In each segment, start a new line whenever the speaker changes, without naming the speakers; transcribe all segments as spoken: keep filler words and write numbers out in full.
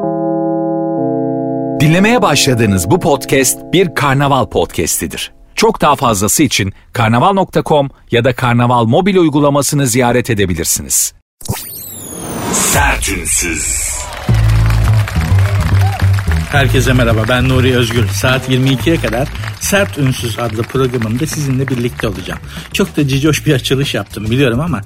Dinlemeye başladığınız bu podcast bir karnaval podcastidir. Çok daha fazlası için karnaval nokta com ya da karnaval mobil uygulamasını ziyaret edebilirsiniz.
Sertünsüz.
Herkese merhaba, ben Nuri Özgür. Saat yirmi ikiye kadar Sert Ünsüz adlı programımda sizinle birlikte olacağım. Çok da cicoş bir açılış yaptım biliyorum ama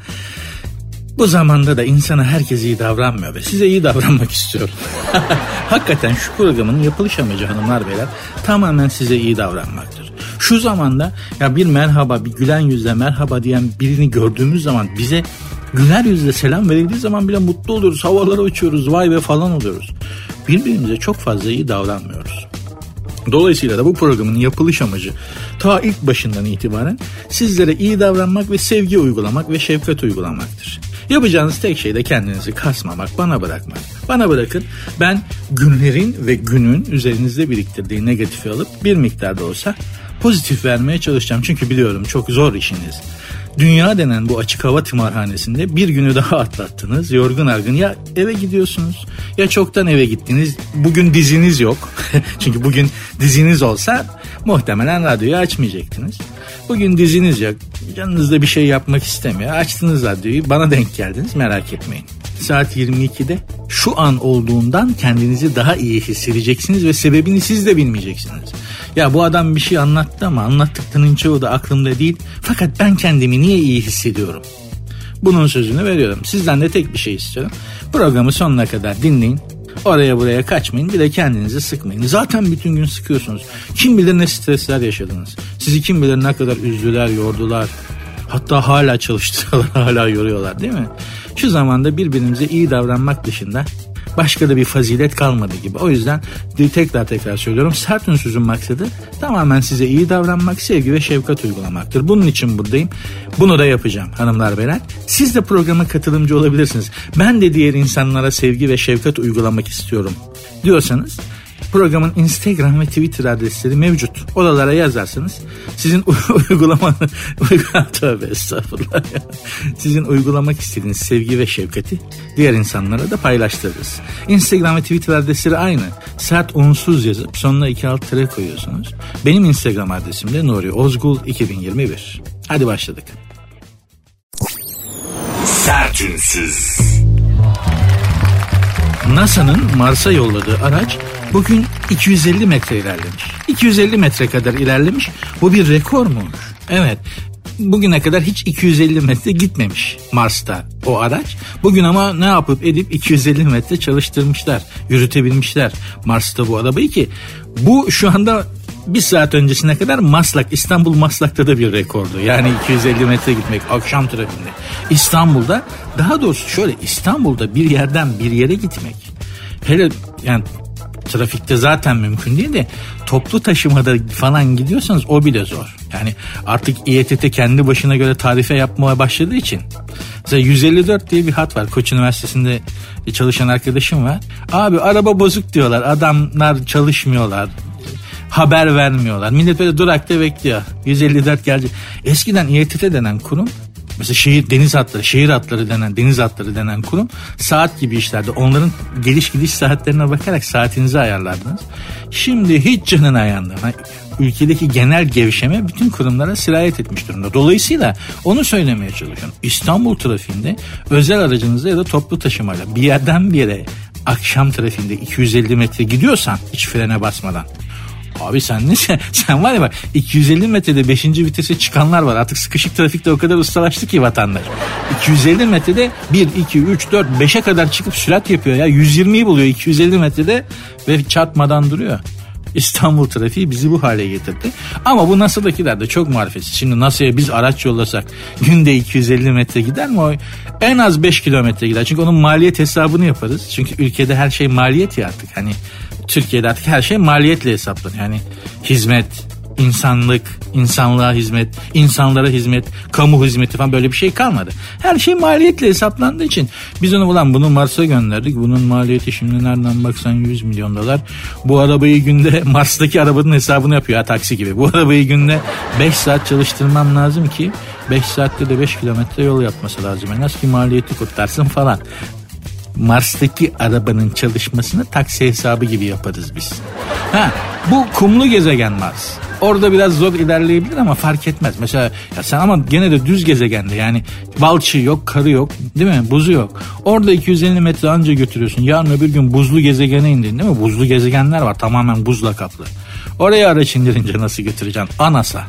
bu zamanda da insana herkes iyi davranmıyor ve size iyi davranmak istiyorum. Hakikaten şu programın yapılış amacı hanımlar beyler tamamen size iyi davranmaktır. Şu zamanda ya bir merhaba, bir gülen yüzle merhaba diyen birini gördüğümüz zaman, bize güler yüzle selam verildiği zaman bile mutlu oluyoruz, havalara uçuyoruz, vay be falan oluyoruz. Birbirimize çok fazla iyi davranmıyoruz. Dolayısıyla da bu programın yapılış amacı ta ilk başından itibaren sizlere iyi davranmak ve sevgi uygulamak ve şefkat uygulamaktır. Yapacağınız tek şey de kendinizi kasmamak, bana bırakmak. Bana bırakın, ben günlerin ve günün üzerinizde biriktirdiği negatifi alıp bir miktar da olsa pozitif vermeye çalışacağım. Çünkü biliyorum çok zor işiniz. Dünya denen bu açık hava tımarhanesinde bir günü daha atlattınız. Yorgun argın ya eve gidiyorsunuz ya çoktan eve gittiniz. Bugün diziniz yok. Çünkü bugün diziniz olsa muhtemelen radyoyu açmayacaktınız. Bugün diziniz yok. Canınızda bir şey yapmak istemiyor. Açtınız radyoyu, bana denk geldiniz, merak etmeyin. Saat yirmi ikide şu an olduğundan kendinizi daha iyi hissedeceksiniz ve sebebini siz de bilmeyeceksiniz. Ya bu adam bir şey anlattı ama anlattıklarının çoğu da aklımda değil. Fakat ben kendimi niye iyi hissediyorum? Bunun sözünü veriyorum. Sizden de tek bir şey istiyorum. Programı sonuna kadar dinleyin. Oraya buraya kaçmayın. Bir de kendinizi sıkmayın. Zaten bütün gün sıkıyorsunuz. Kim bilir ne stresler yaşadınız. Sizi kim bilir ne kadar üzdüler, yordular. Hatta hala çalıştırıyorlar, hala yoruyorlar değil mi? Şu zamanda birbirimize iyi davranmak dışında başka da bir fazilet kalmadı gibi. O yüzden tekrar tekrar söylüyorum. Sert Ünsüz'ün maksadı tamamen size iyi davranmak, sevgi ve şefkat uygulamaktır. Bunun için buradayım. Bunu da yapacağım hanımlar beyler. Siz de programa katılımcı olabilirsiniz. Ben de diğer insanlara sevgi ve şefkat uygulamak istiyorum diyorsanız programın Instagram ve Twitter adresleri mevcut. Oralara yazarsanız sizin uygulama tövbe estağfurullah ya. Sizin uygulamak istediğiniz sevgi ve şefkati diğer insanlara da paylaştırırız. Instagram ve Twitter adresleri aynı. Sert Unsuz yazıp sonuna iki alt tere koyuyorsunuz. Benim Instagram adresim de Nuri Ozgul iki bin yirmi bir. Hadi başladık.
Sertünsüz.
NASA'nın Mars'a yolladığı araç bugün iki yüz elli metre ilerlemiş. iki yüz elli metre kadar ilerlemiş. Bu bir rekor mu olmuş? Evet. Bugüne kadar hiç iki yüz elli metre gitmemiş Mars'ta o araç. Bugün ama ne yapıp edip iki yüz elli metre çalıştırmışlar, yürütebilmişler Mars'ta bu arabayı ki bu şu anda bir saat öncesine kadar Maslak, İstanbul Maslak'ta da bir rekordu. Yani iki yüz elli metre gitmek akşam trafiğinde. İstanbul'da, daha doğrusu şöyle, İstanbul'da bir yerden bir yere gitmek, hele yani trafikte zaten mümkün değil de toplu taşımada falan gidiyorsanız o bile zor. Yani artık İ E T T kendi başına göre tarife yapmaya başladığı için. Mesela yüz elli dört diye bir hat var. Koç Üniversitesi'nde çalışan arkadaşım var. Abi araba bozuk diyorlar. Adamlar çalışmıyorlar. Haber vermiyorlar. Millet böyle durakta bekliyor. yüz elli dört gelecek. Eskiden İ E T T denen kurum, mesela şehir deniz hatları, şehir hatları denen, deniz hatları denen kurum saat gibi işlerdi. Onların geliş gidiş saatlerine bakarak saatinizi ayarlardınız. Şimdi hiç canına yandı. Yani ülkedeki genel gevşeme bütün kurumlara sirayet etmiş durumda. Dolayısıyla onu söylemeye çalışıyorum. İstanbul trafiğinde özel aracınızla ya da toplu taşımayla bir yerden bir yere akşam trafiğinde iki yüz elli metre gidiyorsan hiç frene basmadan, abi sen ne sen, sen var ya bak iki yüz elli metrede beşinci vitese çıkanlar var. Artık sıkışık trafikte o kadar ustalaştı ki vatandaş. iki yüz elli metrede bir, iki, üç, dört, beşe kadar çıkıp sürat yapıyor ya. yüz yirmiyi buluyor iki yüz elli metrede ve çarpmadan duruyor. İstanbul trafiği bizi bu hale getirdi. Ama bu NASA'dakiler de çok marifetsiz. Şimdi NASA'ya biz araç yollasak günde iki yüz elli metre gider mi? O en az beş kilometre gider. Çünkü onun maliyet hesabını yaparız. Çünkü ülkede her şey maliyet ya artık. Hani Türkiye'de artık her şey maliyetle hesaplanıyor. Yani hizmet, insanlık, insanlığa hizmet, insanlara hizmet, kamu hizmeti falan böyle bir şey kalmadı. Her şey maliyetle hesaplandığı için biz onu ulan bunu Mars'a gönderdik. Bunun maliyeti şimdi nereden baksan yüz milyon dolar. Bu arabayı günde Mars'taki arabanın hesabını yapıyor ha, taksi gibi. Bu arabayı günde beş saat çalıştırmam lazım ki beş saatte de beş kilometre yol yapması lazım. En az ki maliyeti kurtarsın falan. Mars'taki arabanın çalışmasını taksi hesabı gibi yaparız biz. Ha, bu kumlu gezegen Mars. Orada biraz zor ilerleyebilir ama fark etmez. Mesela ya sen ama gene de düz gezegende, yani balçığı yok, karı yok, değil mi? Buzu yok. Orada iki yüz elli metre anca götürüyorsun. Yarın öbür gün buzlu gezegene indin, değil mi? Buzlu gezegenler var, tamamen buzla kaplı. Oraya araç indirince nasıl götüreceksin? Anasa.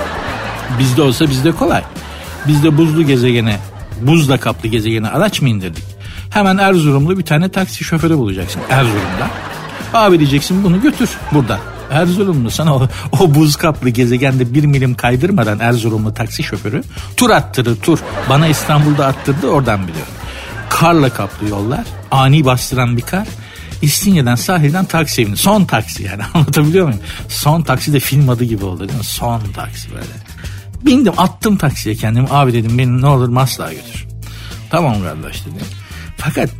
Bizde olsa bizde kolay. Bizde buzlu gezegene, buzla kaplı gezegene araç mı indirdik? Hemen Erzurumlu bir tane taksi şoförü bulacaksın Erzurum'da. Abi diyeceksin, bunu götür buradan. Erzurumlu sana o, o buz kaplı gezegende bir milim kaydırmadan Erzurumlu taksi şoförü tur attırır tur. Bana İstanbul'da attırdı, oradan biliyorum. Karla kaplı yollar, ani bastıran bir kar. İstinye'den sahilden taksi evine. Son taksi yani, anlatabiliyor muyum? Son taksi de film adı gibi oldu değil mi? Son taksi böyle. Bindim, attım taksiye kendimi. Abi dedim, beni ne olur Maslak'a götür. Tamam kardeş dedim. Fakat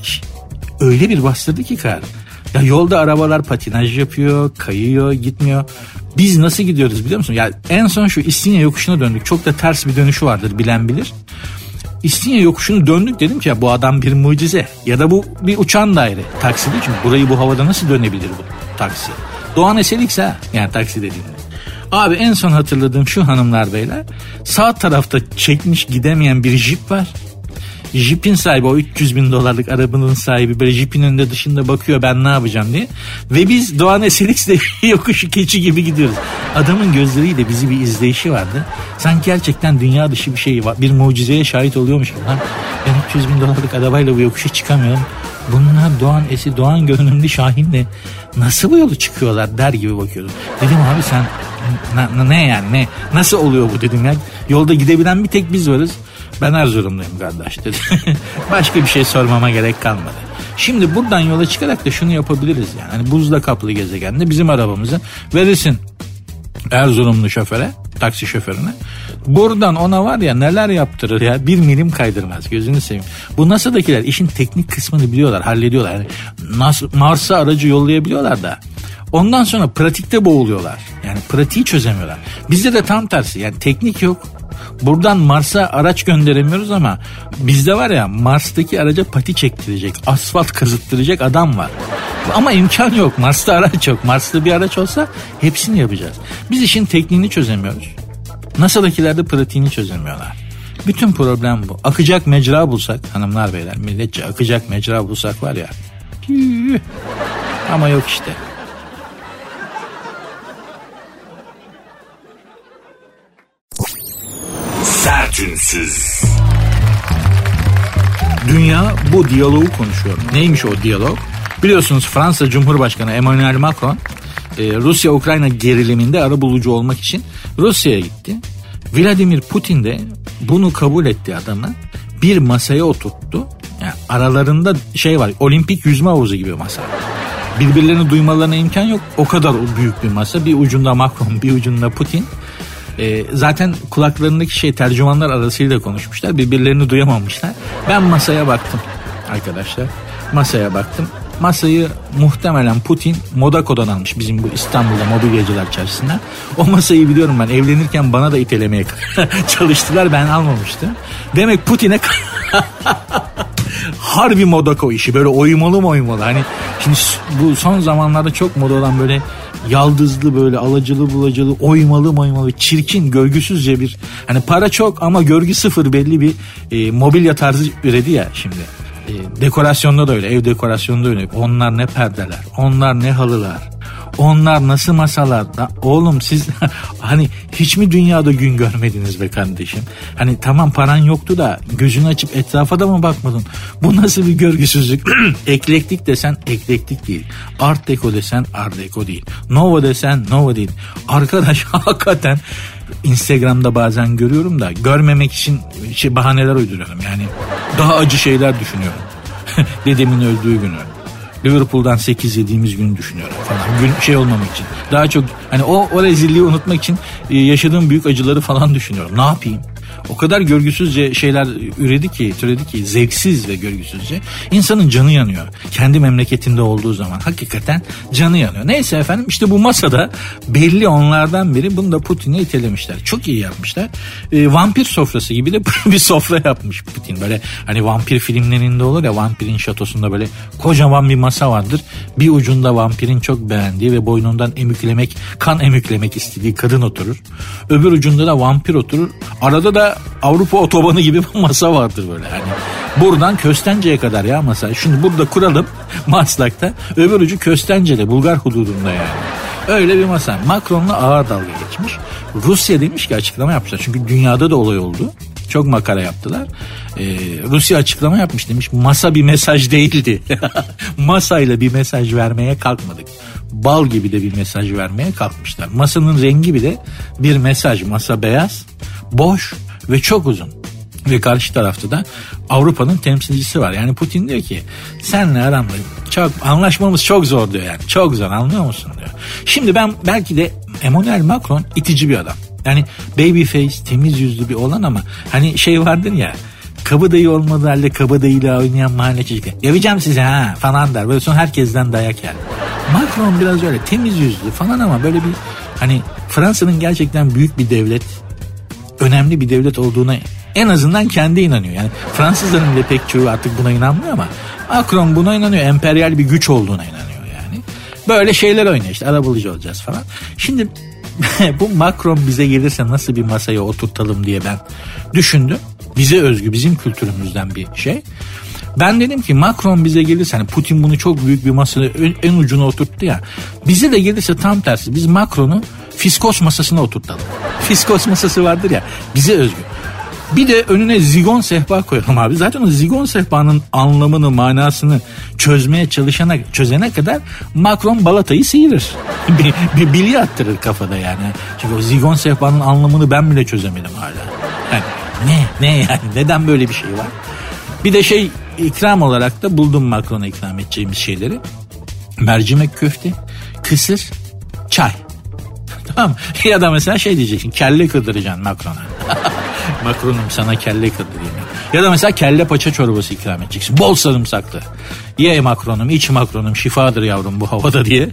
öyle bir bastırdı ki kar. Ya yolda arabalar patinaj yapıyor, kayıyor, gitmiyor. Biz nasıl gidiyoruz biliyor musun? Ya en son şu İstinye yokuşuna döndük. Çok da ters bir dönüşü vardır, bilen bilir. İstinye yokuşunu döndük, dedim ki ya bu adam bir mucize. Ya da bu bir uçan daire. Taksi değil, çünkü burayı bu havada nasıl dönebilir bu taksi? Doğan Eserikse ha, yani taksi dediğinde. Abi en son hatırladığım şu hanımlar beyler. Sağ tarafta çekmiş gidemeyen bir jip var. Jipin sahibi, o üç yüz bin dolarlık arabanın sahibi böyle jipin önünde dışında bakıyor, ben ne yapacağım diye. Ve biz Doğan Eserik'le yokuşu keçi gibi gidiyoruz. Adamın gözleriyle bizi bir izleyişi vardı. Sanki gerçekten dünya dışı bir şey var. Bir mucizeye şahit oluyormuş gibi. Lan ben üç yüz bin dolarlık arabayla bu yokuşa çıkamıyorum. Bunlar Doğan Esi, Doğan görünümlü Şahin'le nasıl bu yolu çıkıyorlar der gibi bakıyordum. Dedim abi sen ne, ne yani ne nasıl oluyor bu dedim ya. Yolda gidebilen bir tek biz varız. Ben Erzurumluyum kardeş dedi. Başka bir şey sormama gerek kalmadı. Şimdi buradan yola çıkarak da şunu yapabiliriz yani. Hani buzla kaplı gezegende bizim arabamızı verirsin Erzurumlu şoföre, taksi şoförüne. Buradan ona var ya neler yaptırır ya, bir milim kaydırmaz, gözünü seveyim. Bu NASA'dakiler işin teknik kısmını biliyorlar, hallediyorlar. Yani Mars'a aracı yollayabiliyorlar da ondan sonra pratikte boğuluyorlar. Yani pratiği çözemiyorlar. Bizde de tam tersi, yani teknik yok. Buradan Mars'a araç gönderemiyoruz ama bizde var ya, Mars'taki araca pati çektirecek, asfalt kazıttıracak adam var. Ama imkan yok. Mars'ta araç yok. Mars'ta bir araç olsa hepsini yapacağız. Biz işin tekniğini çözemiyoruz. NASA'dakiler de pratiğini çözemiyorlar. Bütün problem bu. Akacak mecra bulsak hanımlar beyler, milletçe akacak mecra bulsak var ya. Tüh. Ama yok işte.
Sertünsüz.
Dünya bu diyaloğu konuşuyor. Neymiş o diyalog? Biliyorsunuz Fransa Cumhurbaşkanı Emmanuel Macron Rusya-Ukrayna geriliminde arabulucu olmak için Rusya'ya gitti. Vladimir Putin de bunu kabul etti adamı. Bir masaya oturttu. Yani aralarında şey var, olimpik yüzme havuzu gibi masa. Birbirlerini duymalarına imkan yok. O kadar büyük bir masa. Bir ucunda Macron, bir ucunda Putin. E, zaten kulaklarındaki şey tercümanlar arasıyla konuşmuşlar. Birbirlerini duyamamışlar. Ben masaya baktım arkadaşlar. Masaya baktım. Masayı muhtemelen Putin Modaco'dan almış, bizim bu İstanbul'da mobilyacılar çarşısından. O masayı biliyorum ben. Evlenirken bana da itelemeye çalıştılar. Ben almamıştım. Demek Putin'e harbi Modaco işi. Böyle oymalı mı oymalı. Hani şimdi bu son zamanlarda çok moda olan böyle yaldızlı, böyle alacılı bulacılı, oymalı oymalı, çirkin, görgüsüzce bir, hani para çok ama görgü sıfır belli bir e, mobilya tarzı üredi ya şimdi. E, dekorasyonda da öyle, ev dekorasyonunda öyle. Onlar ne perdeler, onlar ne halılar, onlar nasıl masalar. Da, oğlum siz hani hiç mi dünyada gün görmediniz be kardeşim? Hani tamam paran yoktu da gözünü açıp etrafa da mı bakmadın? Bu nasıl bir görgüsüzlük? Eklektik desen eklektik değil. Art Deco desen Art Deco değil. Nova desen Nova değil. Arkadaş hakikaten Instagram'da bazen görüyorum da görmemek için şey, bahaneler uyduruyorum. Yani daha acı şeyler düşünüyorum. Dedemin öldüğü günü, Liverpool'dan sekiz yediğimiz günü düşünüyorum falan. Gün şey olmamak için. Daha çok hani o, o rezilliği unutmak için yaşadığım büyük acıları falan düşünüyorum. Ne yapayım? O kadar görgüsüzce şeyler üredi ki, türedi ki, zevksiz ve görgüsüzce. İnsanın canı yanıyor. Kendi memleketinde olduğu zaman hakikaten canı yanıyor. Neyse efendim, işte bu masada belli onlardan biri, bunu da Putin'e itelemişler. Çok iyi yapmışlar. E, vampir sofrası gibi de bir sofra yapmış Putin. Böyle hani vampir filmlerinde olur ya, vampirin şatosunda böyle kocaman bir masa vardır. Bir ucunda vampirin çok beğendiği ve boynundan emüklemek, kan emüklemek istediği kadın oturur. Öbür ucunda da vampir oturur. Arada da Avrupa otobanı gibi bir masa vardır böyle. Yani buradan Köstence'ye kadar ya masa. Şimdi burada kuralım Maslak'ta. Öbür ucu Köstence'de, Bulgar hududunda yani. Öyle bir masa. Macron'la ağır dalga geçmiş. Rusya demiş ki, açıklama yapmışlar. Çünkü dünyada da olay oldu. Çok makara yaptılar. Ee, Rusya açıklama yapmış, demiş masa bir mesaj değildi. Masayla bir mesaj vermeye kalkmadık. Bal gibi de bir mesaj vermeye kalkmışlar. Masanın rengi bile bir mesaj. Masa beyaz, boş ve çok uzun. Ve karşı tarafta da Avrupa'nın temsilcisi var. Yani Putin diyor ki senle aramda çok anlaşmamız çok zor diyor yani. Çok zor, anlıyor musun diyor. Şimdi ben belki de Emmanuel Macron itici bir adam. Yani baby face, temiz yüzlü bir olan ama hani şey vardır ya, kabadayı olmadığı halde kabadayıyla oynayan mahalle çocukları. Yapacağım size ha falan der. Böyle sonra herkesten dayak yer. Macron biraz öyle temiz yüzlü falan ama böyle bir hani Fransa'nın gerçekten büyük bir devlet, önemli bir devlet olduğuna en azından kendi inanıyor. Yani Fransızların bile pek çoğu artık buna inanmıyor ama Macron buna inanıyor. Emperyal bir güç olduğuna inanıyor yani. Böyle şeyler oynuyor işte, arabulucu olacağız falan. Şimdi bu Macron bize gelirse nasıl bir masaya oturtalım diye ben düşündüm. Bize özgü, bizim kültürümüzden bir şey. Ben dedim ki Macron bize gelirse, hani Putin bunu çok büyük bir masaya en ucuna oturttu ya. Bize de gelirse tam tersi. Biz Macron'u fiskos masasına oturtalım. Fiskos masası vardır ya, bize özgü. Bir de önüne zigon sehpa koyalım abi. Zaten o zigon sehpanın anlamını, manasını çözmeye çalışana, çözene kadar Macron balatayı sıyırır. bir, bir bilye attırır kafada yani. Çünkü o zigon sehpanın anlamını ben bile çözemedim hala. Yani ne, ne yani? Neden böyle bir şey var? Bir de şey, ikram olarak da buldum Macron'a ikram edeceğimiz şeyleri. Mercimek köfte, kısır, çay. Tamam mı? Ya da mesela şey diyeceksin, kelle kırdıracaksın Macron'a. Macron'um sana kelle kırdırayım. Ya da mesela kelle paça çorbası ikram edeceksin. Bol sarımsaklı. Ye Macron'um, iç Macron'um, şifadır yavrum bu havada diye.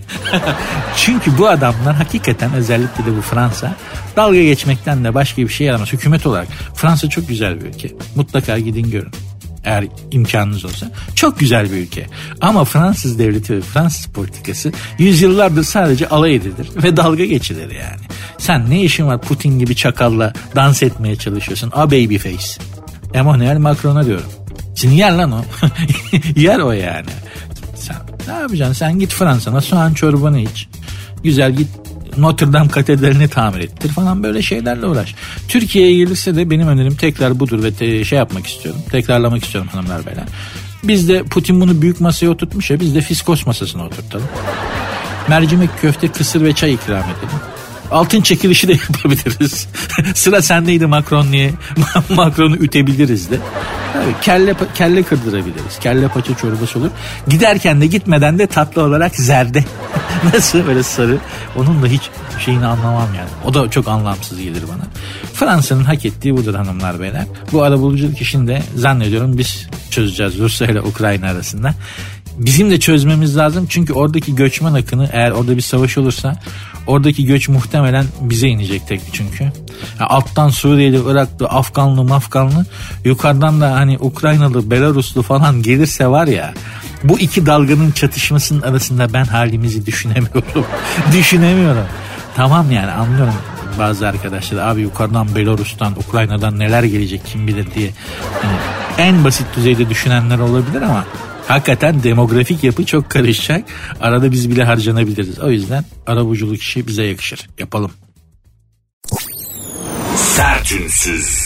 Çünkü bu adamlar hakikaten, özellikle de bu Fransa, dalga geçmekten de başka bir şey yaramaz. Hükümet olarak Fransa çok güzel bir ülke. Mutlaka gidin görün. Eğer imkanınız olsa. Çok güzel bir ülke. Ama Fransız devleti ve Fransız politikası yüzyıllardır sadece alay edilir ve dalga geçilir yani. Sen ne işin var Putin gibi çakalla dans etmeye çalışıyorsun? A baby face. Emmanuel Macron'a diyorum. Şimdi yer lan o. Yer o yani. Sen ne yapacaksın? Sen git Fransa'na soğan çorbanı iç. Güzel git Notre Dame katedralini tamir ettir falan, böyle şeylerle uğraş. Türkiye'ye gelirse de benim önerim tekrar budur ve te- şey yapmak istiyorum. Tekrarlamak istiyorum hanımlar beyler. Biz de Putin bunu büyük masaya oturtmuş ya, biz de fiskos masasına oturtalım. Mercimek köfte, kısır ve çay ikram edelim. Altın çekilişi de yapabiliriz. Sıra sendeydi Macron diye. Macron'u ütebiliriz de. Tabii, kelle, kelle kırdırabiliriz. Kelle paça çorbası olur. Giderken de gitmeden de tatlı olarak zerde. Nasıl böyle sarı. Onun da hiç şeyini anlamam yani. O da çok anlamsız gelir bana. Fransa'nın hak ettiği budur hanımlar beyler. Bu arabuluculuk işini de zannediyorum biz çözeceğiz Rusya ile Ukrayna arasında. Bizim de çözmemiz lazım çünkü oradaki göçmen akını, eğer orada bir savaş olursa oradaki göç muhtemelen bize inecek tek çünkü. Yani alttan Suriyeli, Iraklı, Afganlı, Mafganlı, yukarıdan da hani Ukraynalı, Belaruslu falan gelirse var ya, bu iki dalganın çatışmasının arasında ben halimizi düşünemiyorum. Düşünemiyorum. Tamam yani anlıyorum bazı arkadaşlar, abi yukarıdan Belarus'tan, Ukrayna'dan neler gelecek kim bilir diye. Yani en basit düzeyde düşünenler olabilir ama hakikaten demografik yapı çok karışacak. Arada biz bile harcanabiliriz. O yüzden arabuluculuk işi bize yakışır. Yapalım.
Sertünsüz.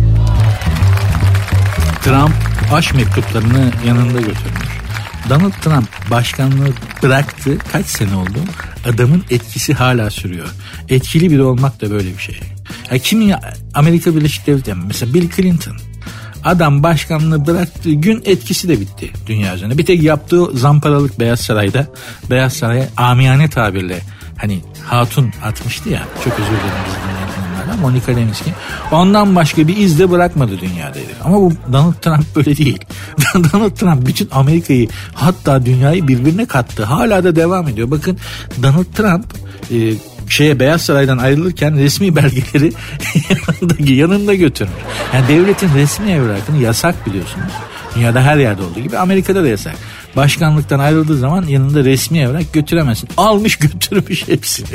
Trump aşk mektuplarını yanında götürmüş. Donald Trump başkanlığı bıraktı. Kaç sene oldu? Adamın etkisi hala sürüyor. Etkili biri olmak da böyle bir şey. Yani kimi Amerika Birleşik Devletleri, mesela Bill Clinton. Adam başkanlığı bıraktığı gün etkisi de bitti dünya üzerinde. Bir tek yaptığı zamparalık Beyaz Saray'da. Beyaz Saray'a amiyane tabirle hani hatun atmıştı ya. Çok özür dilerim biz dinleyenlerden falan, Monica Lewinsky. Ondan başka bir iz de bırakmadı dünyada herif. Ama bu Donald Trump böyle değil. Donald Trump bütün Amerika'yı, hatta dünyayı birbirine kattı. Hala da devam ediyor. Bakın Donald Trump e, şeye Beyaz Saray'dan ayrılırken resmi belgeleri yanında, yanında götürmüş. Yani devletin resmi evrakını yasak biliyorsunuz. Dünyada her yerde olduğu gibi Amerika'da da yasak. Başkanlıktan ayrıldığı zaman yanında resmi evrak götüremezsin. Almış götürmüş hepsini.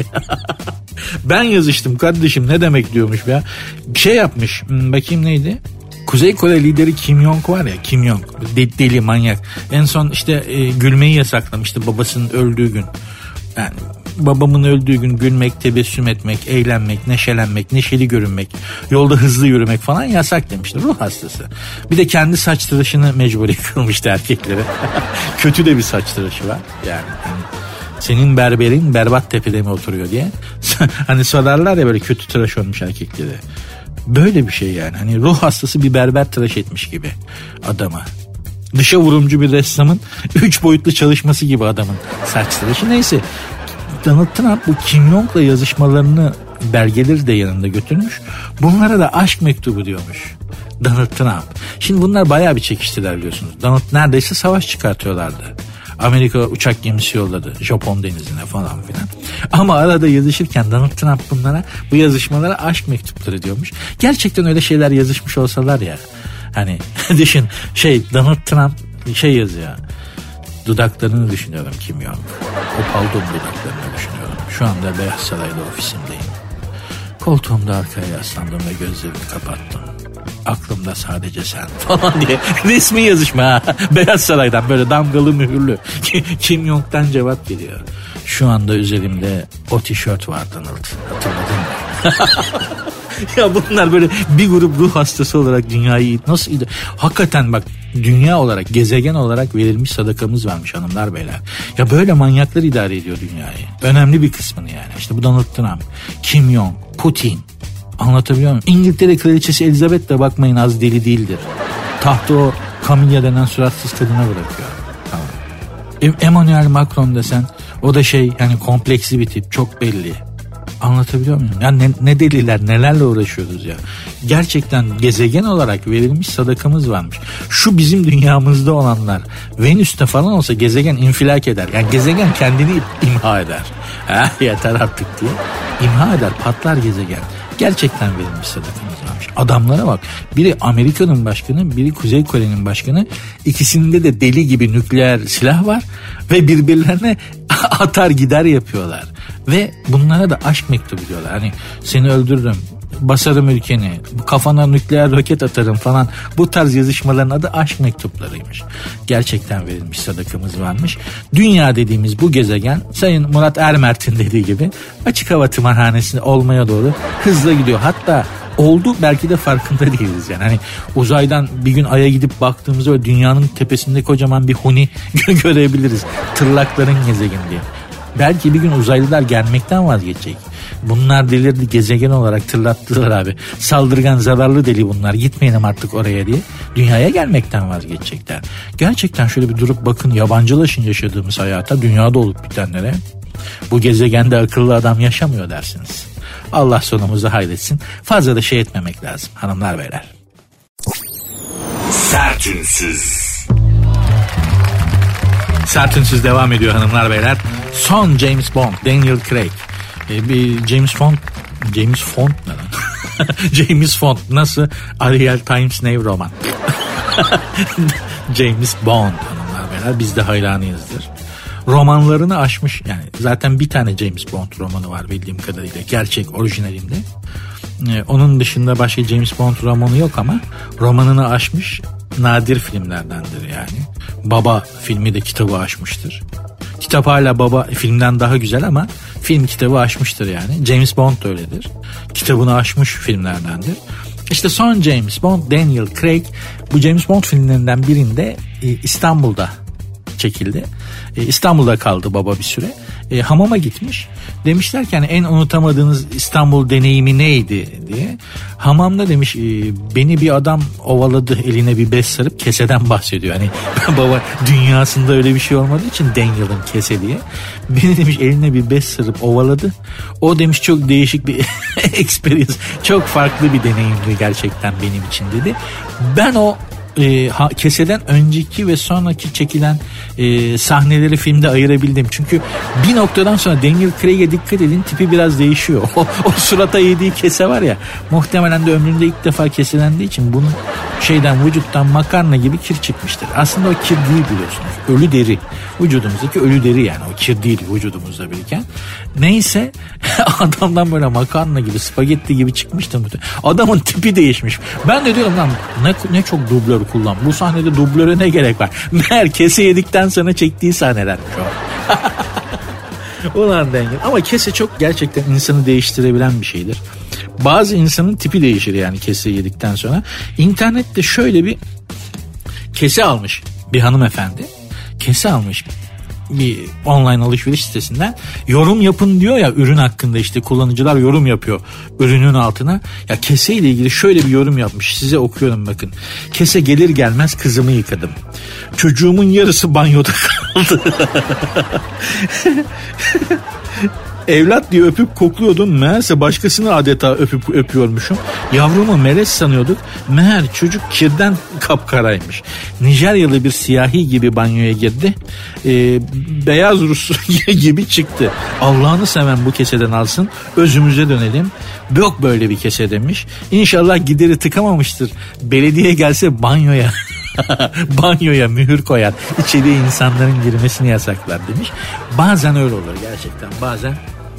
Ben yazıştım kardeşim, ne demek diyormuş ya. Şey yapmış, bakayım neydi? Kuzey Kore lideri Kim Jong var ya, Kim Jong de, deli manyak. En son işte e, gülmeyi yasaklamıştı babasının öldüğü gün. Yani babamın öldüğü gün gülmek, tebessüm etmek, eğlenmek, neşelenmek, neşeli görünmek, yolda hızlı yürümek falan yasak demişti. Ruh hastası. Bir de kendi saç tıraşını mecburi kılmıştı erkeklere. Kötü de bir saç tıraşı var. Yani hani senin berberin berbat tepede mi oturuyor diye. Hani sorarlar ya böyle kötü tıraş olmuş erkeklere. Böyle bir şey yani. Hani ruh hastası bir berber tıraş etmiş gibi adama. Dışa vurumcu bir ressamın üç boyutlu çalışması gibi adamın saç tıraşı. Neyse, Donald Trump bu Kim Jong'la yazışmalarını, belgeleri de yanında götürmüş. Bunlara da aşk mektubu diyormuş Donald Trump. Şimdi bunlar bayağı bir çekiştiler biliyorsunuz. Donald neredeyse savaş çıkartıyorlardı. Amerika uçak gemisi yolladı Japon denizine falan filan. Ama arada yazışırken Donald Trump bunlara, bu yazışmalara aşk mektupları diyormuş. Gerçekten öyle şeyler yazışmış olsalar ya. Hani düşün şey, Donald Trump şey yazıyor. Dudaklarını düşünüyorum Kim Jong. O paldon dudaklarını düşünüyorum. Şu anda Beyaz Saray'da ofisimdeyim. Koltuğumda arkaya yaslandım ve gözlerimi kapattım. Aklımda sadece sen falan diye resmi yazışma ha. Beyaz Saray'dan böyle damgalı mühürlü Kim Jong'dan cevap geliyor. Şu anda üzerimde o tişört var Donald. Hatırladın mı? Ya bunlar böyle bir grup ruh hastası olarak dünyayı nasıl ide... Hakikaten bak, dünya olarak, gezegen olarak verilmiş sadakamız varmış hanımlar beyler. Ya böyle manyaklar idare ediyor dünyayı. Önemli bir kısmını yani. İşte bu Donald Trump, Kim Jong, Putin. Anlatabiliyor muyum? İngiltere Kraliçesi Elizabeth de bakmayın az deli değildir. Tahtı o Camilla denen suratsız kadına bırakıyor. Tamam. Emmanuel Macron desen, o da şey yani kompleksli bir tip, çok belli. Anlatabiliyor muyum? Yani ne, ne deliler, nelerle uğraşıyoruz ya. Gerçekten gezegen olarak verilmiş sadakamız varmış. Şu bizim dünyamızda olanlar Venüs'te falan olsa gezegen infilak eder. Yani gezegen kendini imha eder. Ha, yeter artık diye. İmha eder, patlar gezegen. Gerçekten verilmiş sadakamız varmış. Adamlara bak. Biri Amerika'nın başkanı, biri Kuzey Kore'nin başkanı. İkisinde de deli gibi nükleer silah var ve birbirlerine atar gider yapıyorlar. Ve bunlara da aşk mektubu diyorlar. Hani seni öldürürüm, basarım ülkeni, kafana nükleer roket atarım falan. Bu tarz yazışmaların adı aşk mektuplarıymış. Gerçekten verilmiş sadakamız varmış. Dünya dediğimiz bu gezegen, Sayın Murat Ermert'in dediği gibi açık hava tımarhanesi olmaya doğru hızla gidiyor. Hatta oldu, belki de farkında değiliz yani. Hani uzaydan bir gün Ay'a gidip baktığımızda öyle dünyanın tepesinde kocaman bir huni görebiliriz. Tırlakların gezegeni diye. Belki bir gün uzaylılar gelmekten vazgeçecek. Bunlar delirdi, gezegen olarak tırlattılar abi. Saldırgan, zararlı deli bunlar, gitmeyelim artık oraya diye. Dünyaya gelmekten vazgeçecekler. Gerçekten şöyle bir durup bakın, yabancılaşın yaşadığımız hayata, dünyada olup bitenlere. Bu gezegende akıllı adam yaşamıyor dersiniz. Allah sonumuzu hayretsin. Fazla da şey etmemek lazım hanımlar beyler.
Sertünsüz.
Sertünsüz devam ediyor hanımlar beyler. Son James Bond, Daniel Craig. Ee, bir James Bond, James Bond ne lan? James Bond nasıl? Ariel Times New Roman. James Bond hanımlar beyler, biz de hayranıyızdır. Romanlarını aşmış yani, zaten bir tane James Bond romanı var bildiğim kadarıyla, gerçek orijinalinde. Ee, onun dışında başka James Bond romanı yok ama romanını aşmış nadir filmlerdendir yani. Baba filmi de kitabı aşmıştır. Kitap hala Baba filmden daha güzel ama film kitabı aşmıştır yani. James Bond da öyledir. Kitabını aşmış filmlerdendir. İşte son James Bond, Daniel Craig, bu James Bond filmlerinden birinde İstanbul'da çekildi. İstanbul'da kaldı baba bir süre. e, hamama gitmiş. Demişler ki hani en unutamadığınız İstanbul deneyimi neydi diye. Hamamda demiş e, beni bir adam ovaladı, eline bir bez sarıp, keseden bahsediyor. Hani baba dünyasında öyle bir şey olmadığı için Daniel'ın kese diye. Beni demiş eline bir bez sarıp ovaladı. O demiş çok değişik bir experience. Çok farklı bir deneyimdi gerçekten benim için dedi. Ben o E, ha, keseden önceki ve sonraki çekilen e, sahneleri filmde ayırabildim. Çünkü bir noktadan sonra Daniel Craig'e dikkat edin, tipi biraz değişiyor. O, o surata yediği kese var ya, muhtemelen de ömründe ilk defa keselendiği için bunun şeyden, vücuttan makarna gibi kir çıkmıştır. Aslında o kir değil, biliyorsunuz. Ölü deri. Vücudumuzdaki ölü deri yani. O kir değil vücudumuzda biriken. Neyse adamdan böyle makarna gibi, spagetti gibi çıkmıştı. Adamın tipi değişmiş. Ben de diyorum lan ne, ne çok dublör kullan. Bu sahnede dublöre ne gerek var? Meğer kese yedikten sonra çektiği sahnelermiş o. Ulan Daniel. Ama kese çok gerçekten insanı değiştirebilen bir şeydir. Bazı insanın tipi değişir yani kese yedikten sonra. İnternette şöyle bir kese almış bir hanımefendi. Kese almış bir online alışveriş sitesinden, yorum yapın diyor ya ürün hakkında, işte kullanıcılar yorum yapıyor ürünün altına. Ya kese ile ilgili şöyle bir yorum yapmış, size okuyorum bakın. Kese gelir gelmez kızımı yıkadım. Çocuğumun yarısı banyoda kaldı. Evlat diye öpüp kokluyordum. Meğerse başkasını adeta öpüp öpüyormuşum. Yavrumu melez sanıyorduk. Meğer çocuk kirden kapkaraymış. Nijeryalı bir siyahi gibi banyoya girdi. Ee, beyaz Rus gibi çıktı. Allah'ını seven bu keseden alsın. Özümüze dönelim. Yok böyle bir kese demiş. İnşallah gideri tıkamamıştır. Belediye gelse banyoya banyoya mühür koyar. İçeriye insanların girmesini yasaklar demiş. Bazen öyle olur gerçekten. Bazen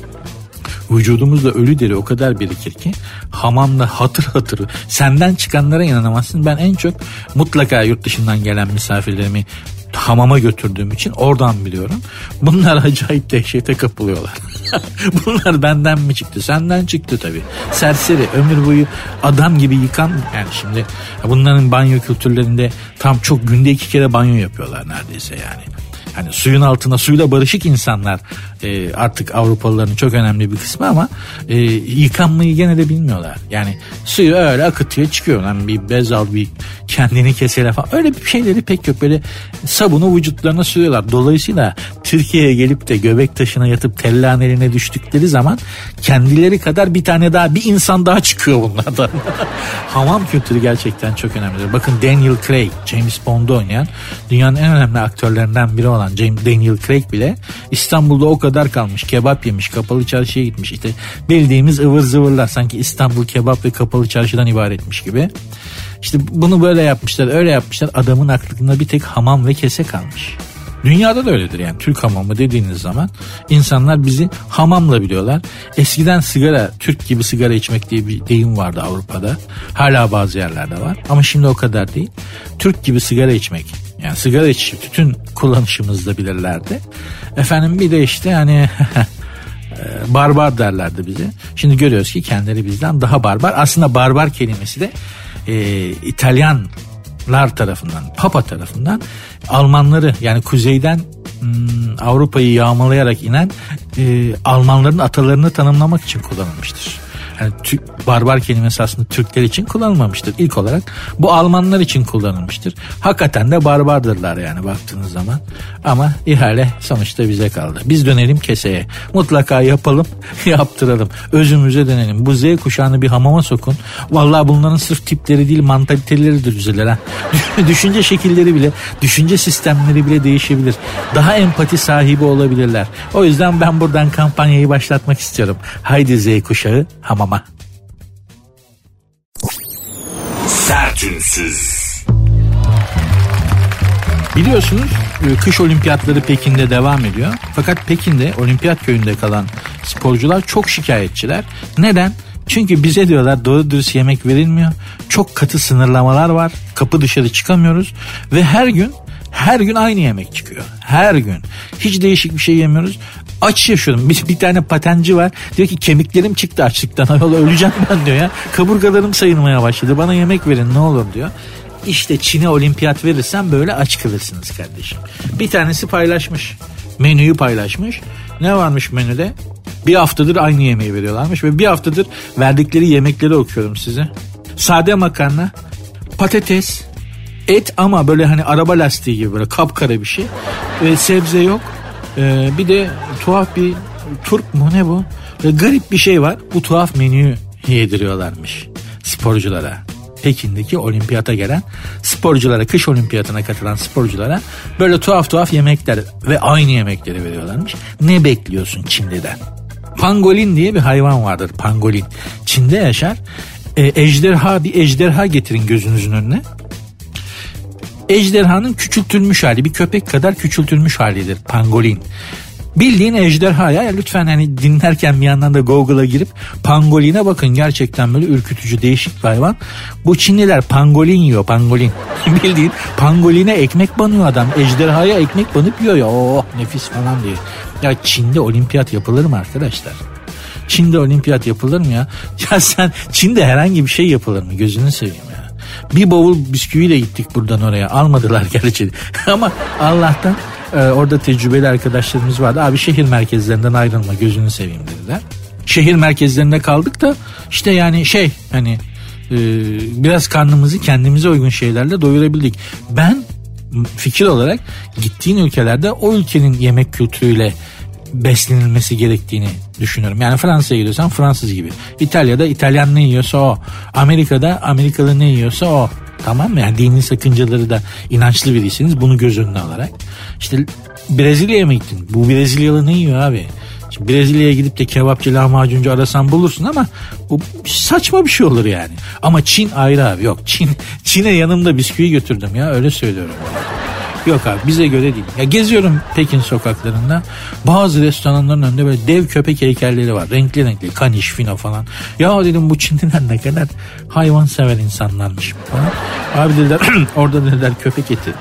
vücudumuzda ölü deri o kadar birikir ki hamamda hatır hatır senden çıkanlara inanamazsın. Ben en çok mutlaka yurt dışından gelen misafirlerimi hamama götürdüğüm için oradan biliyorum. Bunlar acayip dehşete kapılıyorlar. Bunlar benden mi çıktı? Senden çıktı tabii. Serseri, ömür boyu adam gibi yıkan, yani şimdi bunların banyo kültürlerinde tam çok günde iki kere banyo yapıyorlar neredeyse yani. Hani suyun altına suyla barışık insanlar e, artık Avrupalıların çok önemli bir kısmı, ama e, yıkanmayı gene de bilmiyorlar. Yani suyu öyle akıtıyor çıkıyor. Yani bir bez al, bir kendini kesele falan, öyle bir şeyleri pek yok. Böyle sabunu vücutlarına sürüyorlar. Dolayısıyla Türkiye'ye gelip de göbek taşına yatıp tellan eline düştükleri zaman kendileri kadar bir tane daha, bir insan daha çıkıyor bunlardan. Hamam kültürü gerçekten çok önemli. Bakın Daniel Craig, James Bond'u oynayan, dünyanın en önemli aktörlerinden biri olan James Daniel Craig bile İstanbul'da o kadar kalmış, kebap yemiş, kapalı çarşıya gitmiş, işte bildiğimiz ıvır zıvırlar, sanki İstanbul kebap ve kapalı çarşıdan ibaretmiş gibi. İşte bunu böyle yapmışlar, öyle yapmışlar, adamın aklında bir tek hamam ve kese kalmış. Dünyada da öyledir yani. Türk hamamı dediğiniz zaman insanlar bizi hamamla biliyorlar. Eskiden sigara, Türk gibi sigara içmek diye bir deyim vardı Avrupa'da. Hala bazı yerlerde var ama şimdi o kadar değil. Türk gibi sigara içmek, yani sigara içip tütün kullanışımızda bilirlerdi. Efendim bir de işte hani barbar derlerdi bize. Şimdi görüyoruz ki kendileri bizden daha barbar. Aslında barbar kelimesi de e, İtalyanlar tarafından, Papa tarafından Almanları, yani kuzeyden hmm, Avrupa'yı yağmalayarak inen e, Almanların atalarını tanımlamak için kullanılmıştır. Yani Türk, barbar kelimesi aslında Türkler için kullanılmamıştır. İlk olarak bu Almanlar için kullanılmıştır. Hakikaten de barbardırlar yani baktığınız zaman. Ama ihale sonuçta bize kaldı. Biz dönelim keseye. Mutlaka yapalım, yaptıralım. Özümüze dönelim. Bu Z kuşağını bir hamama sokun. Vallahi bunların sırf tipleri değil, mantaliteleri de düzelir ha. Düşünce şekilleri bile, düşünce sistemleri bile değişebilir. Daha empati sahibi olabilirler. O yüzden ben buradan kampanyayı başlatmak istiyorum. Haydi Z kuşağı hamama.
Sertünsüz.
Biliyorsunuz kış olimpiyatları Pekin'de devam ediyor. Fakat Pekin'de olimpiyat köyünde kalan sporcular çok şikayetçiler. Neden? Çünkü bize diyorlar doğru dürüst yemek verilmiyor. Çok katı sınırlamalar var. Kapı dışarı çıkamıyoruz. Ve her gün her gün aynı yemek çıkıyor. Her gün. Hiç değişik bir şey yemiyoruz. Aç yaşıyorum. Bir, bir tane patenci var. Diyor ki kemiklerim çıktı açlıktan. Ayol öleceğim ben diyor ya. Kaburgalarım sayılmaya başladı. Bana yemek verin ne olur diyor. İşte Çin'e olimpiyat verirsen böyle aç kalırsınız kardeşim. Bir tanesi paylaşmış. menüyü paylaşmış. Ne varmış menüde? Bir haftadır aynı yemeği veriyorlarmış ve bir haftadır verdikleri yemekleri okuyorum size. Sade makarna, patates, et ama böyle hani araba lastiği gibi böyle kapkara bir şey. Ee, sebze yok. Ee, bir de tuhaf bir turp mu ne bu? Böyle garip bir şey var. Bu tuhaf menüyü yediriyorlarmış sporculara. Pekin'deki olimpiyata gelen sporculara, kış olimpiyatına katılan sporculara böyle tuhaf tuhaf yemekler ve aynı yemekleri veriyorlarmış. Ne bekliyorsun Çinli'den? Pangolin diye bir hayvan vardır, pangolin. Çin'de yaşar. E, ejderha, bir ejderha getirin gözünüzün önüne. Ejderhanın küçültülmüş hali, bir köpek kadar küçültülmüş halidir pangolin. Bildiğin ejderha ya, lütfen hani dinlerken bir yandan da Google'a girip pangoline bakın, gerçekten böyle ürkütücü değişik bir hayvan. Bu Çinliler pangolin yiyor, pangolin. Bildiğin pangoline ekmek banıyor adam, ejderhaya ekmek banıp yiyor ya, oh nefis falan diye. Ya Çin'de olimpiyat yapılır mı arkadaşlar? Çin'de olimpiyat yapılır mı ya? Ya sen Çin'de herhangi bir şey yapılır mı? Gözünü seveyim ya. Bir bavul bisküviyle gittik buradan oraya. Almadılar gerçi. Ama Allah'tan e, orada tecrübeli arkadaşlarımız vardı. Abi şehir merkezlerinden ayrılma, gözünü seveyim dediler. Şehir merkezlerinde kaldık da işte yani şey hani e, biraz karnımızı kendimize uygun şeylerle doyurabildik. Ben fikir olarak gittiğin ülkelerde o ülkenin yemek kültürüyle beslenilmesi gerektiğini düşünüyorum. Yani Fransa'ya gidiyorsan Fransız gibi. İtalya'da İtalyan ne yiyorsa o. Amerika'da Amerikalı ne yiyorsa o. Tamam mı? Yani dinin sakıncaları da inançlı biriyseniz bunu göz önüne alarak. İşte Brezilya'ya mı gittin? Bu Brezilyalı ne yiyor abi? Şimdi Brezilya'ya gidip de kebapçı, lahmacuncu arasan bulursun ama bu saçma bir şey olur yani. Ama Çin ayrı abi. Yok, Çin Çin'e yanımda bisküvi götürdüm ya, öyle söylüyorum. Yok abi, bize göre değil. Ya geziyorum Pekin sokaklarında. Bazı restoranların önünde böyle dev köpek heykelleri var. Renkli renkli. Kaniş, fino falan. Ya dedim bu Çinliler ne kadar hayvansever insanlarmış falan. Abi dediler orada dediler köpek eti.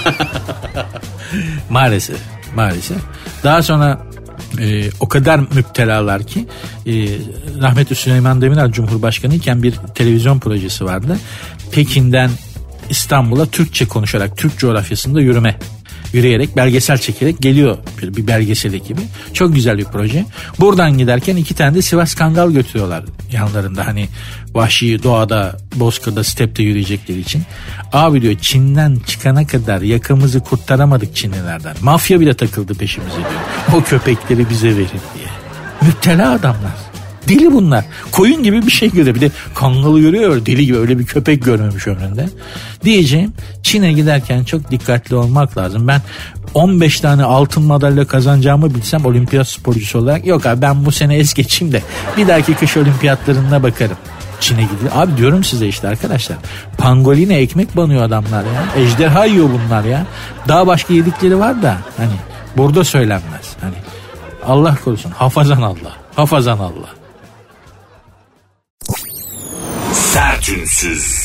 Maalesef. Maalesef. Daha sonra e, o kadar müptelalar ki e, rahmetli Süleyman Demirel Cumhurbaşkanı iken bir televizyon projesi vardı. Pekin'den İstanbul'a Türkçe konuşarak Türk coğrafyasında yürüme. Yürüyerek, belgesel çekerek geliyor bir, bir belgesel ekibi. Çok güzel bir proje. Buradan giderken iki tane de Sivas Kangal götürüyorlar yanlarında. Hani vahşi doğada, bozkırda, stepte yürüyecekleri için. Abi diyor Çin'den çıkana kadar yakamızı kurtaramadık Çinlilerden. Mafya bile takıldı peşimize diyor. O köpekleri bize verin diye. Müptela adamlar. Deli bunlar. Koyun gibi bir şey görüyor. Bir de kangalı görüyor. Deli gibi, öyle bir köpek görmemiş ömründe. Diyeceğim, Çin'e giderken çok dikkatli olmak lazım. Ben on beş tane altın madalya kazanacağımı bilsem olimpiyat sporcusu olarak, yok abi ben bu sene es geçeyim de bir dahaki kış olimpiyatlarına bakarım. Çin'e gidiyor. Abi diyorum size işte arkadaşlar. Pangoline ekmek banıyor adamlar ya. Ejderha yiyor bunlar ya. Daha başka yedikleri var da hani burada söylenmez. Hani Allah korusun. Hafazan Allah. Hafazan Allah.
Sertünsüz.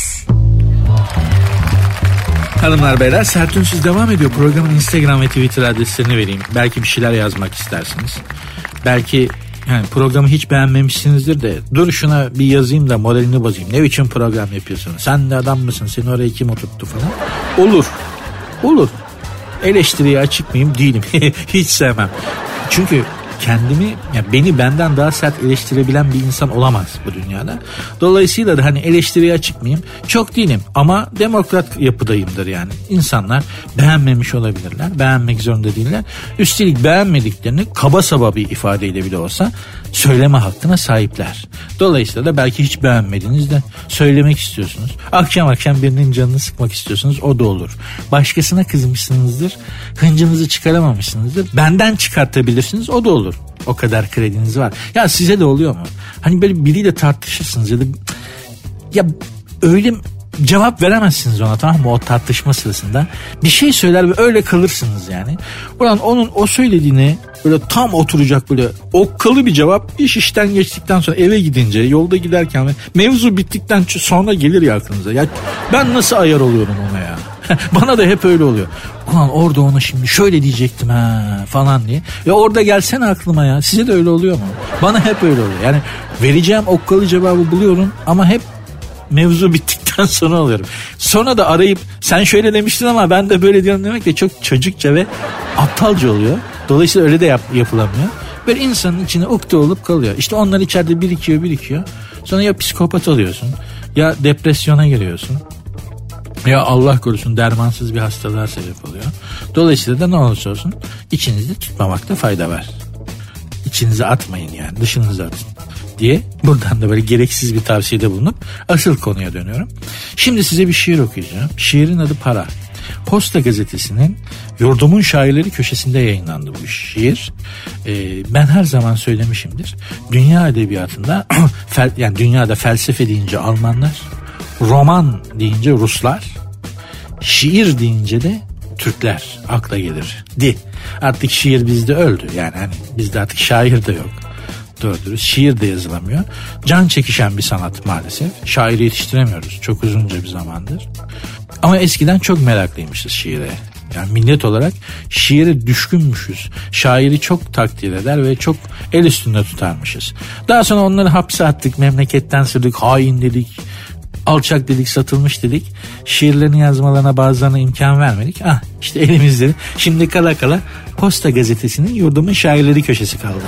Hanımlar beyler, Sertünsüz devam ediyor. Programın Instagram ve Twitter adreslerini vereyim. Belki bir şeyler yazmak istersiniz. Belki yani programı hiç beğenmemişsinizdir de dur şuna bir yazayım da moralini bozayım. Ne biçim program yapıyorsun? Sen de adam mısın? Seni oraya kim oturttu falan. Olur. Olur. Eleştiriye açık mıyım? Değilim. Hiç sevmem. Çünkü kendimi, ya beni benden daha sert eleştirebilen bir insan olamaz bu dünyada. Dolayısıyla da hani eleştiriye açık mıyım? Çok değilim ama demokrat yapıdayımdır yani. İnsanlar beğenmemiş olabilirler. Beğenmek zorunda değiller. Üstelik beğenmediklerini kaba saba bir ifadeyle bile olsa söyleme hakkına sahipler. Dolayısıyla da belki hiç beğenmediniz de söylemek istiyorsunuz. Akşam akşam birinin canını sıkmak istiyorsunuz, o da olur. Başkasına kızmışsınızdır, hıncınızı çıkaramamışsınızdır. Benden çıkartabilirsiniz, o da olur. O kadar krediniz var. Ya size de oluyor mu? Hani böyle biriyle tartışırsınız ya da ya öyle cevap veremezsiniz ona, tamam mı, o tartışma sırasında. Bir şey söyler ve öyle kalırsınız yani. Ulan onun o söylediğine böyle tam oturacak, böyle okkalı bir cevap iş işten geçtikten sonra, eve gidince, yolda giderken, mevzu bittikten sonra gelir ya aklınıza. Ya ben nasıl ayar oluyorum ona ya? Bana da hep öyle oluyor. Ulan orada ona şimdi şöyle diyecektim ha falan diye. Ya orada gelsene aklıma ya. Size de öyle oluyor mu? Bana hep öyle oluyor. Yani vereceğim okkalı cevabı buluyorum ama hep mevzu bittikten sonra alıyorum. Sonra da arayıp sen şöyle demiştin ama ben de böyle diyorum demek de çok çocukça ve aptalca oluyor. Dolayısıyla öyle de yap, yapılamıyor. Böyle insanın içine ukde olup kalıyor. İşte onlar içeride birikiyor birikiyor. Sonra ya psikopat oluyorsun, ya depresyona giriyorsun, ya Allah korusun dermansız bir hastalığa sebep oluyor. Dolayısıyla da ne olursa olsun içinizde tutmamakta fayda var. İçinize atmayın yani, dışınıza atın diye buradan da böyle gereksiz bir tavsiyede bulunup asıl konuya dönüyorum. Şimdi size bir şiir okuyacağım. Şiirin adı Para. Posta Gazetesi'nin Yurdumun Şairleri köşesinde yayınlandı bu şiir. Ee, ben her zaman söylemişimdir. Dünya edebiyatında fel, yani dünyada felsefe deyince Almanlar, roman deyince Ruslar, şiir deyince de Türkler akla gelir. Di. Artık şiir bizde öldü. Yani hani bizde artık şair de yok. Doğru dürüst. Şiir de yazılamıyor. Can çekişen bir sanat maalesef. Şairi yetiştiremiyoruz. Çok uzunca bir zamandır. Ama eskiden çok meraklıymışız şiire. Yani millet olarak şiire düşkünmüşüz. Şairi çok takdir eder ve çok el üstünde tutarmışız. Daha sonra onları hapse attık, memleketten sırdık, hain dedik, alçak dedik, satılmış dedik. Şiirlerini yazmalarına bazılarına imkan vermedik. Ah işte elimizde. Şimdi kala kala Posta Gazetesi'nin Yurdumun Şairleri köşesi kaldı.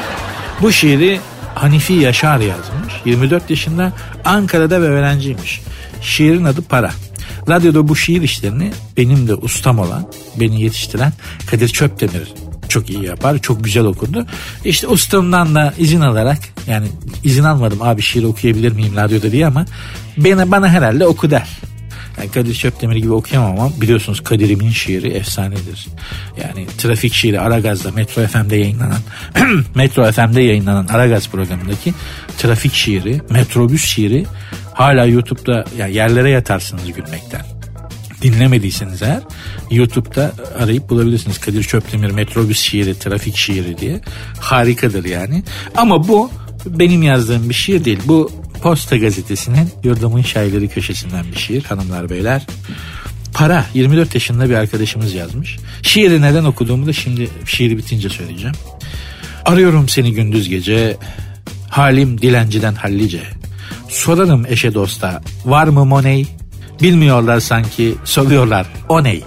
Bu şiiri Hanifi Yaşar yazmış. yirmi dört yaşında, Ankara'da ve öğrenciymiş. Şiirin adı Para. Radyoda bu şiir işlerini benim de ustam olan, beni yetiştiren Kadir Çöptemir çok iyi yapar, çok güzel okurdu. İşte ustamdan da izin alarak, yani izin almadım abi şiir okuyabilir miyim radyoda diye, ama bana, bana herhalde oku der. Yani Kadir Çöptemir gibi okuyamam ama biliyorsunuz Kadir'imin şiiri efsanedir. Yani trafik şiiri Aragaz'da, Metro F M'de yayınlanan Metro F M'de yayınlanan Aragaz programındaki trafik şiiri, metrobüs şiiri hala YouTube'da, yani yerlere yatarsınız gülmekten. Dinlemediyseniz eğer YouTube'da arayıp bulabilirsiniz. Kadir Çöptemir metrobüs şiiri, trafik şiiri diye. Harikadır yani. Ama bu benim yazdığım bir şiir değil. Bu Posta Gazetesi'nin Yurdumun Şairleri köşesinden bir şiir hanımlar beyler. Para. yirmi dört yaşında bir arkadaşımız yazmış. Şiiri neden okuduğumu da şimdi şiiri bitince söyleyeceğim. Arıyorum seni gündüz gece, halim dilenciden hallice. Sorarım eşe dosta, var mı money? Bilmiyorlar sanki, soruyorlar o ney?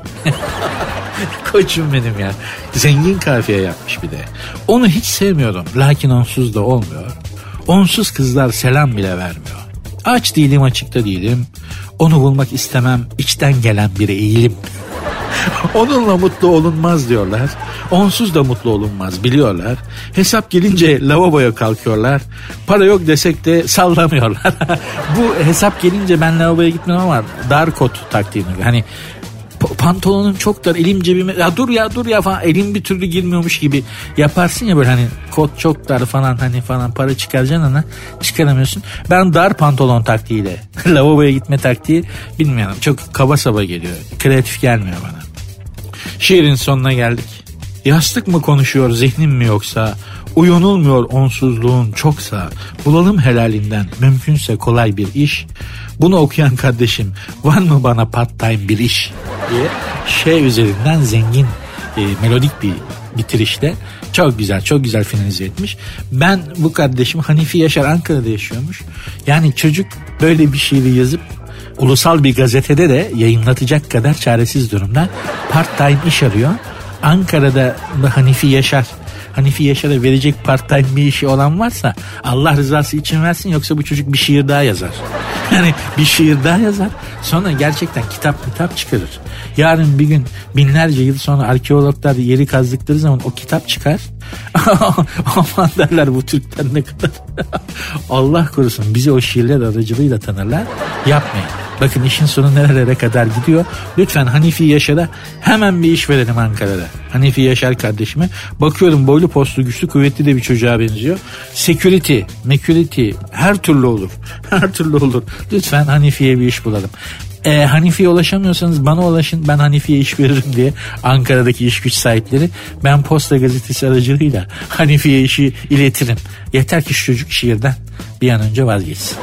Koçum benim ya. Zengin kafiye yapmış bir de. Onu hiç sevmiyorum, lakin onsuz da olmuyor. Onsuz kızlar selam bile vermiyor. Aç değilim, açıkta değilim. Onu bulmak istemem, içten gelen bir eğilim. Onunla mutlu olunmaz diyorlar. Onsuz da mutlu olunmaz biliyorlar. Hesap gelince lavaboya kalkıyorlar. Para yok desek de sallamıyorlar. Bu hesap gelince ben lavaboya gitmiyorum ama dar kot taktiğini. Hani pantolonum çok dar, elim cebime, ya dur ya dur ya falan, elim bir türlü girmiyormuş gibi yaparsın ya böyle, hani kot çok dar falan, hani falan para çıkaracaksın ama çıkaramıyorsun. Ben dar pantolon taktiğiyle lavaboya gitme taktiği bilmiyorum, çok kaba saba geliyor, kreatif gelmiyor bana. Şiirin sonuna geldik. Yastık mı konuşuyor zihnim mi yoksa, uyunulmuyor onsuzluğun çoksa, bulalım helalinden mümkünse kolay bir iş. Bunu okuyan kardeşim, var mı bana part time bir iş diye şey üzerinden zengin e, melodik bir bitirişle çok güzel, çok güzel finalize etmiş. Ben bu kardeşim Hanifi Yaşar Ankara'da yaşıyormuş. Yani çocuk böyle bir şiiri yazıp ulusal bir gazetede de yayınlatacak kadar çaresiz durumda. Part time iş arıyor. Ankara'da Hanifi Yaşar Hanifi Yaşar'a verecek part time bir işi olan varsa Allah rızası için versin, yoksa bu çocuk bir şiir daha yazar. Yani bir şiir daha yazar, sonra gerçekten kitap kitap çıkarır. Yarın bir gün binlerce yıl sonra arkeologlar yeri kazdıkları zaman o kitap çıkar. Aman derler, bu Türkler ne kadar Allah korusun, bizi o şiirler aracılığıyla tanırlar. Yapmayın. Bakın işin sonu nerelere kadar gidiyor. Lütfen Hanifi Yaşar'a hemen bir iş verelim Ankara'da. Hanifi Yaşar kardeşime. Bakıyorum boylu postlu, güçlü, kuvvetli de bir çocuğa benziyor. Security, security her türlü olur. Her türlü olur. Lütfen Hanifi'ye bir iş bulalım. Ee, Hanifi'ye ulaşamıyorsanız bana ulaşın, ben Hanifi'ye iş veririm diye Ankara'daki iş güç sahipleri, ben Posta Gazetesi aracılığıyla Hanifi'ye işi iletirim. Yeter ki şu çocuk şiirden bir an önce vazgeçsin.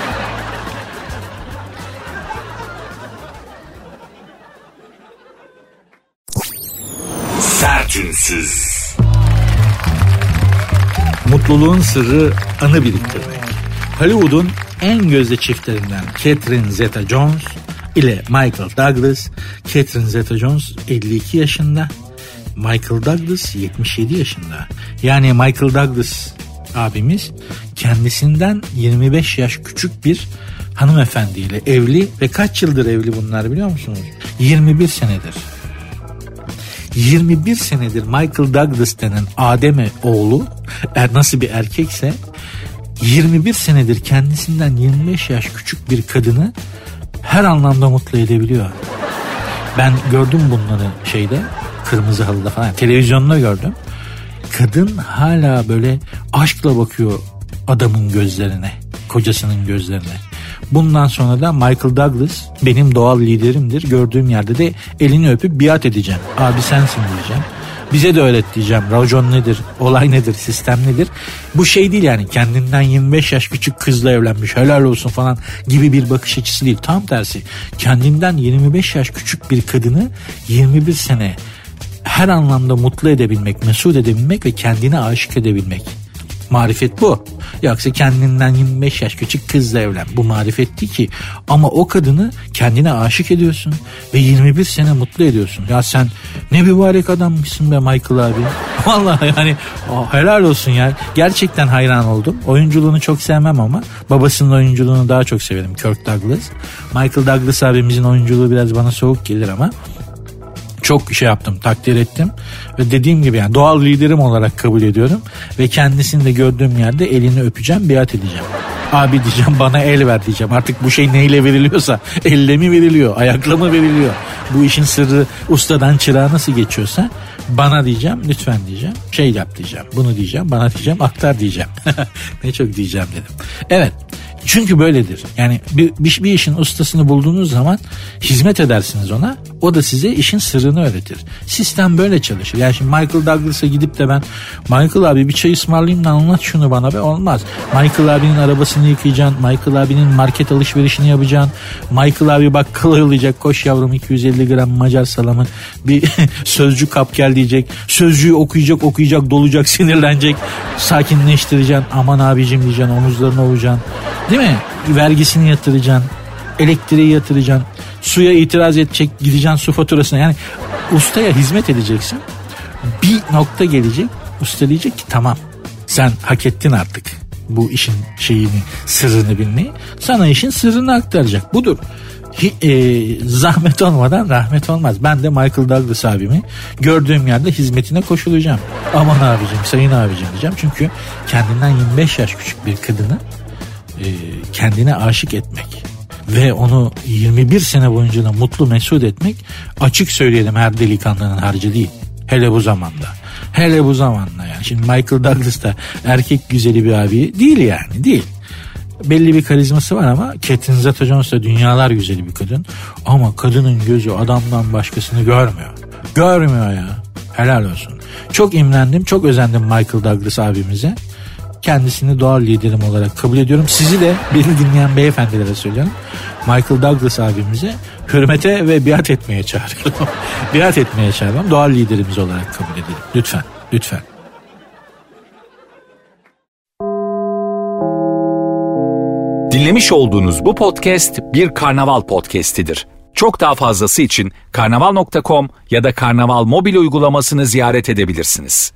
Sertünsüz.
Mutluluğun sırrı anı biriktirmek. Hollywood'un en gözde çiftlerinden Catherine Zeta-Jones ile Michael Douglas. Catherine Zeta-Jones elli iki yaşında, Michael Douglas yetmiş yedi yaşında. Yani Michael Douglas abimiz kendisinden yirmi beş yaş küçük bir hanımefendiyle evli ve kaç yıldır evli bunlar biliyor musunuz? yirmi bir senedir. yirmi bir senedir Michael Douglas denen Adem'e oğlu, er nasıl bir erkekse yirmi bir senedir kendisinden yirmi beş yaş küçük bir kadını her anlamda mutlu edebiliyor. Ben gördüm bunları şeyde, kırmızı halıda falan, televizyonda gördüm. Kadın hala böyle aşkla bakıyor adamın gözlerine, kocasının gözlerine. Bundan sonra da Michael Douglas benim doğal liderimdir. Gördüğüm yerde de elini öpüp biat edeceğim. Abi sensin diyeceğim. Bize de öğret diyeceğim. Racon nedir? Olay nedir? Sistem nedir? Bu şey değil yani, kendinden yirmi beş yaş küçük kızla evlenmiş, helal olsun falan gibi bir bakış açısı değil. Tam tersi. Kendinden yirmi beş yaş küçük bir kadını yirmi bir sene her anlamda mutlu edebilmek, mesut edebilmek ve kendine aşık edebilmek. Marifet bu. Yoksa kendinden yirmi beş yaş küçük kızla evlen. Bu marifet değil ki. Ama o kadını kendine aşık ediyorsun ve yirmi bir sene mutlu ediyorsun. Ya sen ne mübarek adammışsın be Michael abi. Vallahi yani oh, helal olsun ya. Gerçekten hayran oldum. Oyunculuğunu çok sevmem ama babasının oyunculuğunu daha çok severim. Kirk Douglas. Michael Douglas abimizin oyunculuğu biraz bana soğuk gelir ama çok şey yaptım, takdir ettim ve dediğim gibi yani doğal liderim olarak kabul ediyorum ve kendisini de gördüğüm yerde elini öpeceğim, biat edeceğim. Abi diyeceğim, bana el ver diyeceğim. Artık bu şey neyle veriliyorsa, elle mi veriliyor, ayakla mı veriliyor? Bu işin sırrı ustadan çırağa nasıl geçiyorsa bana diyeceğim, lütfen diyeceğim, şey yap diyeceğim, bunu diyeceğim, bana diyeceğim, aktar diyeceğim. Ne çok diyeceğim dedim. Evet. Çünkü böyledir. Yani bir, bir, bir işin ustasını bulduğunuz zaman hizmet edersiniz ona. O da size işin sırrını öğretir. Sistem böyle çalışır. Yani şimdi Michael Douglas'a gidip de ben Michael abi bir çay ısmarlayayım da anlat şunu bana be, olmaz. Michael abinin arabasını yıkayacaksın. Michael abinin market alışverişini yapacaksın. Michael abi bakkala yollayacak. Koş yavrum iki yüz elli gram Macar salamı. Bir sözcü kap gel diyecek. Sözcüğü okuyacak okuyacak dolacak, sinirlenecek. Sakinleştireceksin. Aman abicim diyeceksin, omuzlarını ovacaksın. Değil mi? Vergisini yatıracaksın. Elektriği yatıracaksın. Suya itiraz edecek, gideceksin su faturasına. Yani ustaya hizmet edeceksin. Bir nokta gelecek. Usta diyecek ki tamam, sen hak ettin artık bu işin şeyini, sırrını bilmeyi. Sana işin sırrını aktaracak. Budur. Hi, e, zahmet olmadan rahmet olmaz. Ben de Michael Douglas abimi gördüğüm yerde hizmetine koşulacağım. Aman abicim, sayın abicim diyeceğim. Çünkü kendinden yirmi beş yaş küçük bir kadını e, kendine aşık etmek ve onu yirmi bir sene boyunca da mutlu mesut etmek, açık söyleyelim, her delikanlının harcı değil. Hele bu zamanda. Hele bu zamanda yani. Şimdi Michael Douglas da erkek güzeli bir abi değil yani, değil. Belli bir karizması var ama Catherine Zeta-Jones da dünyalar güzeli bir kadın. Ama kadının gözü adamdan başkasını görmüyor. Görmüyor ya. Helal olsun. Çok imrendim, çok özendim Michael Douglas abimize. Kendisini doğal liderim olarak kabul ediyorum. Sizi de, beni dinleyen beyefendilere söylüyorum. Michael Douglas abimize hürmete ve biat etmeye çağırıyorum. Biat etmeye çağırıyorum. Doğal liderimiz olarak kabul edelim. Lütfen, lütfen.
Dinlemiş olduğunuz bu podcast bir Karnaval podcastidir. Çok daha fazlası için karnaval nokta com ya da Karnaval mobil uygulamasını ziyaret edebilirsiniz.